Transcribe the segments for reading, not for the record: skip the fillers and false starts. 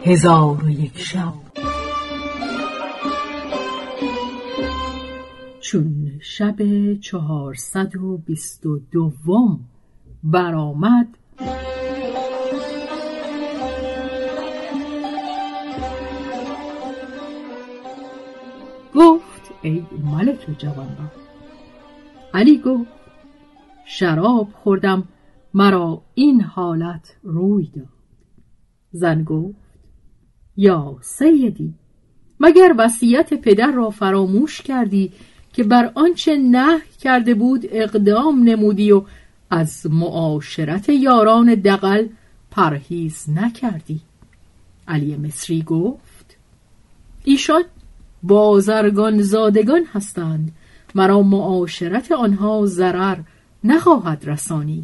1001 شب. چون شب 422 برآمد، گفت ای ملک جوانبخت. علی گفت شراب خوردم، مرا این حالت روی داد. زن گفت یا سیدی، مگر وصیت پدر را فراموش کردی که بر آنچه نهی کرده بود اقدام نمودی و از معاشرت یاران دغل پرهیز نکردی؟ علی مصری گفت ایشان بازرگان زادگان هستند، مرا معاشرت آنها ضرر نخواهد رسانید.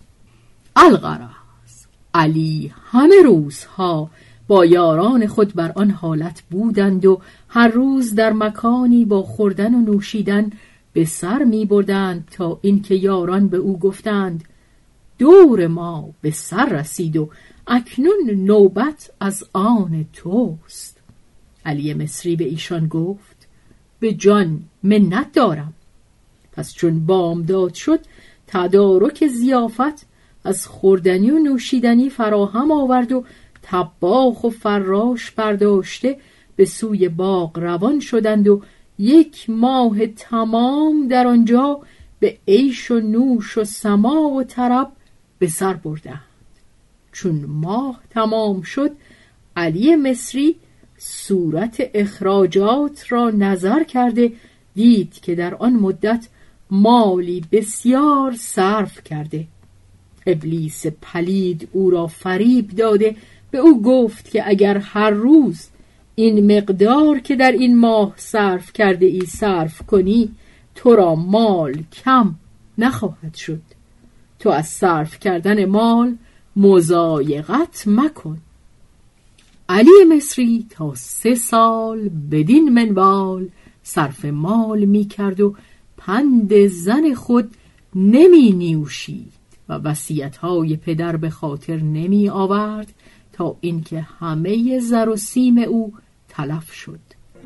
الغرض علی همه روزها با یاران خود بر آن حالت بودند و هر روز در مکانی با خوردن و نوشیدن به سر می بردند تا اینکه یاران به او گفتند دور ما به سر رسید و اکنون نوبت از آن توست. علی مصری به ایشان گفت به جان منت دارم. پس چون بامداد شد، تدارک ضیافت از خوردنی و نوشیدنی فراهم آورد و طباخ و فراش برداشته به سوی باغ روان شدند و 1 ماه تمام در آنجا به عیش و نوش و سما و طرب به سر بردند. چون ماه تمام شد، علی مصری صورت اخراجات را نظر کرده دید که در آن مدت مالی بسیار صرف کرده. ابلیس پلید او را فریب داده به او گفت که اگر هر روز این مقدار که در این ماه صرف کرده ای صرف کنی، تو را مال کم نخواهد شد. تو از صرف کردن مال مضایقت مکن. علی مصری تا 3 سال بدین منوال صرف مال می کرد و پند زن خود نمی نیوشید و وصیت‌های پدر به خاطر نمی آورد تا اینکه همه زر و سیم او تلف شد.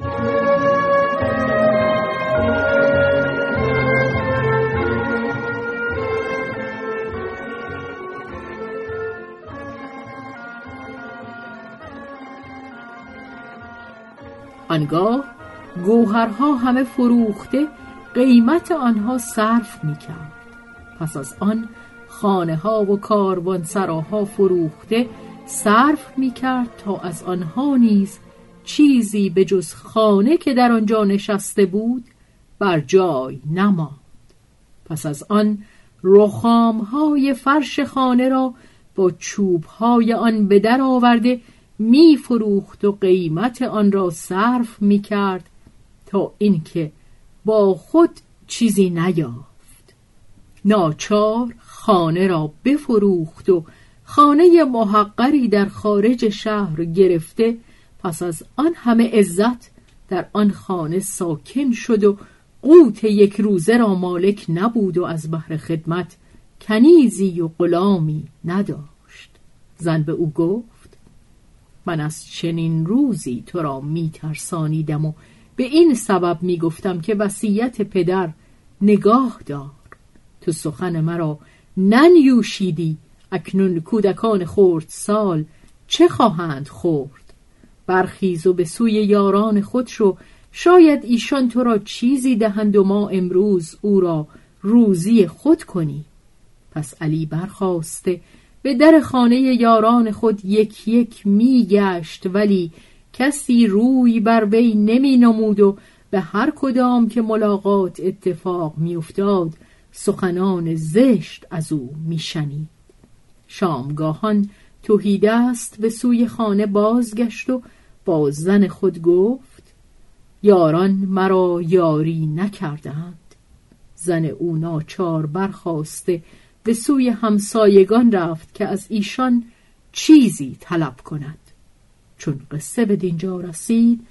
آنگاه گوهرها همه فروخته قیمت آنها صرف می کرد. پس از آن خانه ها و کاروانسراها فروخته صرف می کرد تا از آنها نیز چیزی به جز خانه که در آنجا نشسته بود بر جای نماند. پس از آن رخام های فرش خانه را با چوب های آن به در آورده می فروخت و قیمت آن را صرف می کرد تا اینکه با خود چیزی نیافت. ناچار خانه را بفروخت و خانه محقری در خارج شهر گرفته، پس از آن همه عزت در آن خانه ساکن شد و قوت 1 روزه را مالک نبود و از بهر خدمت کنیزی و غلامی نداشت. زن به او گفت من از چنین روزی تو را می ترسانیدم و به این سبب می گفتم که وصیت پدر نگاه دار. تو سخن مرا ننیوشیدی، اکنون کودکان خردسال چه خواهند خورد؟ برخیز و به سوی یاران خود شو، شاید ایشان تو را چیزی دهند و ما امروز او را روزی خود کنی. پس علی برخاسته به در خانه یاران خود 1 می گشت، ولی کسی روی بر وی نمی نمود و به هر کدام که ملاقات اتفاق می افتاد سخنان زشت از او می شنید. شامگاهان تهیدست به سوی خانه بازگشت و با زن خود گفت یاران مرا یاری نکردند. زن او ناچار برخاسته به سوی همسایگان رفت که از ایشان چیزی طلب کند. چون قصه به دینجا رسید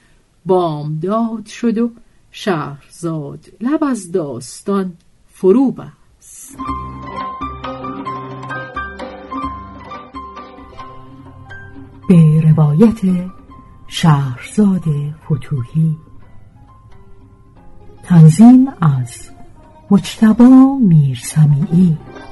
بامداد شد و شهرزاد لب از داستان فرو بست. به روایت شهرزاد فتوحی. تنظیم از مجتبی میرسمیعی.